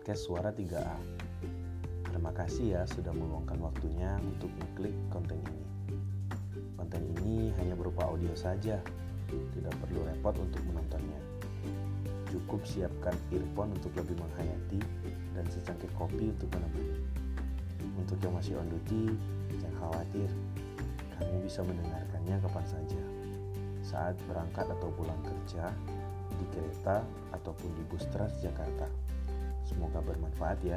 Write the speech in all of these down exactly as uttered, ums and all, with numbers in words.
podcast Suara tiga A. Terima kasih ya sudah meluangkan waktunya untuk mengklik konten ini. Konten ini hanya berupa audio saja, tidak perlu repot untuk menontonnya. Cukup siapkan earphone untuk lebih menghayati dan secangkir kopi untuk menemani. Untuk yang masih on duty, jangan khawatir, kamu bisa mendengarkannya kapan saja, saat berangkat atau pulang kerja, di kereta ataupun di bus Transjakarta. Semoga bermanfaat ya.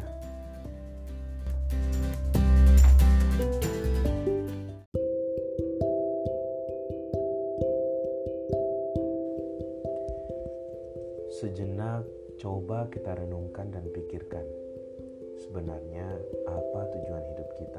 Sejenak coba kita renungkan dan pikirkan, sebenarnya apa tujuan hidup kita?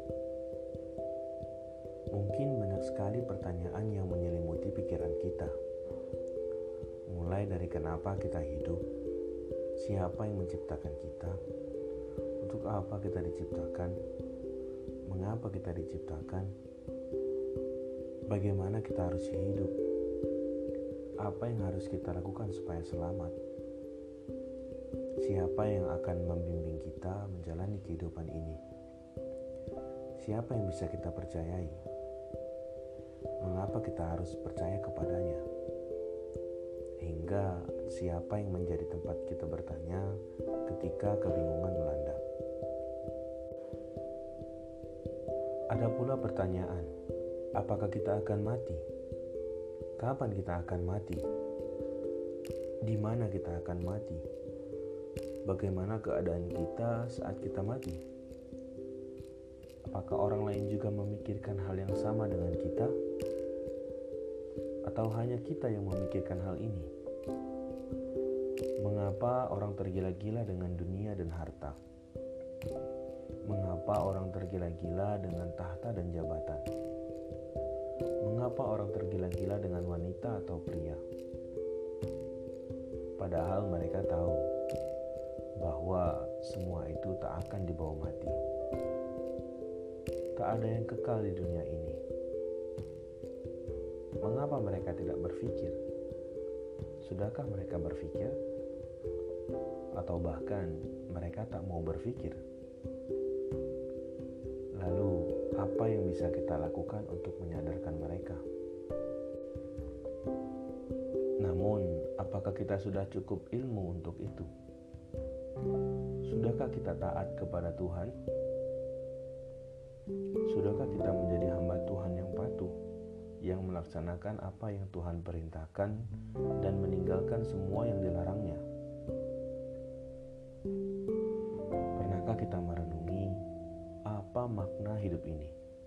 Mungkin banyak sekali pertanyaan yang menyelimuti pikiran kita. Mulai dari kenapa kita hidup, siapa yang menciptakan kita, untuk apa kita diciptakan, mengapa kita diciptakan, bagaimana kita harus hidup, apa yang harus kita lakukan supaya selamat, siapa yang akan membimbing kita menjalani kehidupan ini, siapa yang bisa kita percayai, mengapa kita harus percaya kepadanya, hingga siapa yang menjadi tempat kita bertanya ketika kebingungan melanda. Ada pula pertanyaan, apakah kita akan mati? Kapan kita akan mati? Di mana kita akan mati? Bagaimana keadaan kita saat kita mati? Apakah orang lain juga memikirkan hal yang sama dengan kita? Atau hanya kita yang memikirkan hal ini? Mengapa orang tergila-gila dengan dunia dan harta? Mengapa orang tergila-gila dengan tahta dan jabatan? Mengapa orang tergila-gila dengan wanita atau pria? Padahal mereka tahu bahwa semua itu tak akan dibawa mati. Tak ada yang kekal di dunia ini. Mengapa mereka tidak berpikir? Sudahkah mereka berpikir? Atau bahkan mereka tak mau berpikir? Lalu, apa yang bisa kita lakukan untuk menyadarkan mereka? Namun, apakah kita sudah cukup ilmu untuk itu? Sudahkah kita taat kepada Tuhan? Sudahkah kita menjadi hamba Tuhan yang patuh, yang melaksanakan apa yang Tuhan perintahkan dan meninggalkan semua yang dilarangnya? Pernahkah kita merenungi apa makna hidup ini?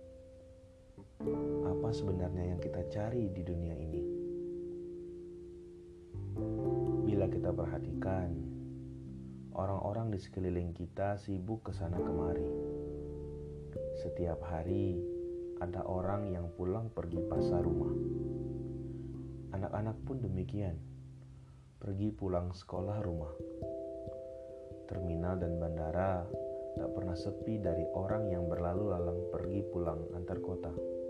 Apa sebenarnya yang kita cari di dunia ini? Bila kita perhatikan, orang-orang di sekeliling kita sibuk kesana kemari. Setiap hari ada orang yang pulang pergi pasar rumah. Anak-anak pun demikian, pergi pulang sekolah rumah. Terminal dan bandara tak pernah sepi dari orang yang berlalu lalang pergi pulang antar kota.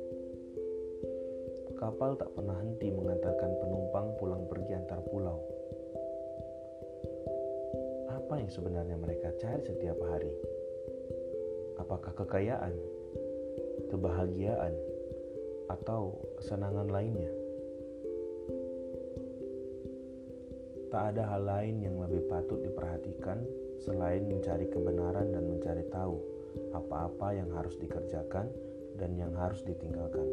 Kapal tak pernah henti mengantarkan penumpang pulang pergi antar pulau. Apa yang sebenarnya mereka cari setiap hari? Apakah kekayaan, kebahagiaan, atau kesenangan lainnya? Tak ada hal lain yang lebih patut diperhatikan selain mencari kebenaran dan mencari tahu apa-apa yang harus dikerjakan dan yang harus ditinggalkan.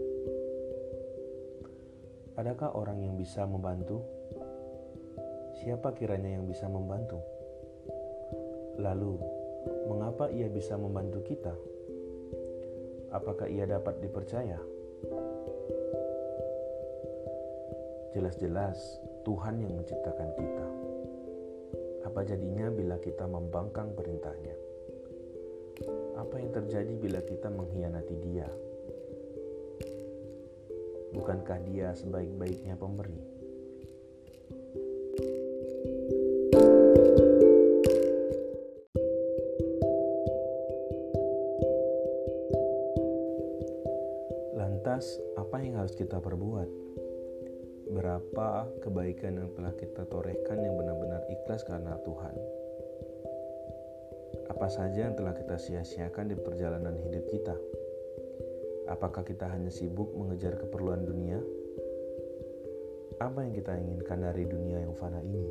Adakah orang yang bisa membantu? Siapa kiranya yang bisa membantu? Lalu, mengapa ia bisa membantu kita? Apakah ia dapat dipercaya? Jelas-jelas Tuhan yang menciptakan kita. Apa jadinya bila kita membangkang perintahnya? Apa yang terjadi bila kita mengkhianati Dia? Bukankah Dia sebaik-baiknya pemberi? Lantas, apa yang harus kita perbuat? Berapa kebaikan yang telah kita torehkan yang benar-benar ikhlas karena Tuhan? Apa saja yang telah kita sia-siakan di perjalanan hidup kita? Apakah kita hanya sibuk mengejar keperluan dunia? Apa yang kita inginkan dari dunia yang fana ini?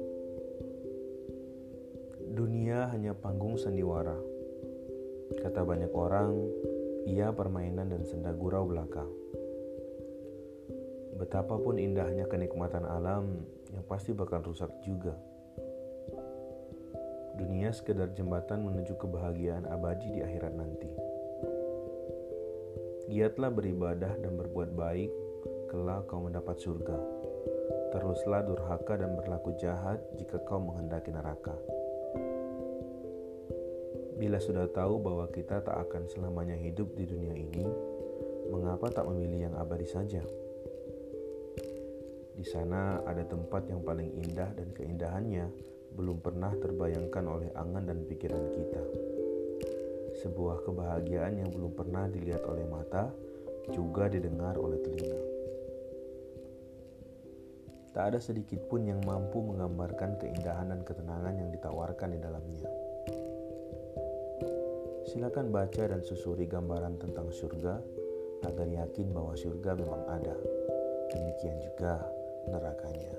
Dunia hanya panggung sandiwara. Kata banyak orang, ia permainan dan senda gurau belaka. Betapapun indahnya kenikmatan alam, yang pasti bakal rusak juga. Dunia sekedar jembatan menuju kebahagiaan abadi di akhirat nanti. Giatlah beribadah dan berbuat baik, kelak kau mendapat surga. Teruslah durhaka dan berlaku jahat jika kau menghendaki neraka. Bila sudah tahu bahwa kita tak akan selamanya hidup di dunia ini, mengapa tak memilih yang abadi saja? Di sana ada tempat yang paling indah dan keindahannya belum pernah terbayangkan oleh angan dan pikiran kita. Sebuah kebahagiaan yang belum pernah dilihat oleh mata, juga didengar oleh telinga. Tak ada sedikit pun yang mampu menggambarkan keindahan dan ketenangan yang ditawarkan di dalamnya. Silakan baca dan susuri gambaran tentang surga agar yakin bahwa surga memang ada. Demikian juga nerakanya.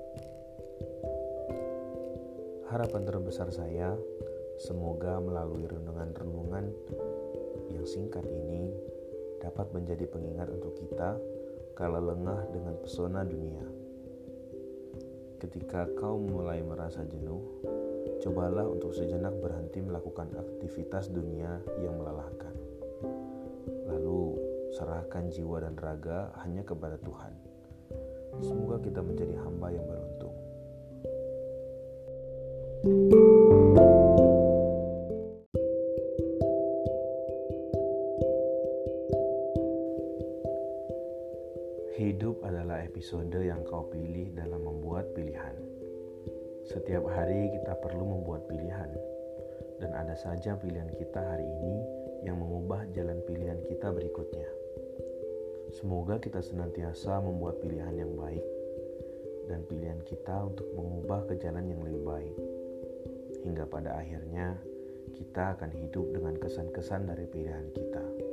Harapan terbesar saya, semoga melalui renungan-renungan yang singkat ini dapat menjadi pengingat untuk kita kala lengah dengan pesona dunia. Ketika kau mulai merasa jenuh, cobalah untuk sejenak berhenti melakukan aktivitas dunia yang melelahkan. Lalu serahkan jiwa dan raga hanya kepada Tuhan. Semoga kita menjadi hamba yang beruntung. Hidup adalah episode yang kau pilih dalam membuat pilihan. Setiap hari kita perlu membuat pilihan, dan ada saja pilihan kita hari ini yang mengubah jalan pilihan kita berikutnya. Semoga kita senantiasa membuat pilihan yang baik, dan pilihan kita untuk mengubah ke jalan yang lebih baik. Hingga pada akhirnya kita akan hidup dengan kesan-kesan dari pilihan kita.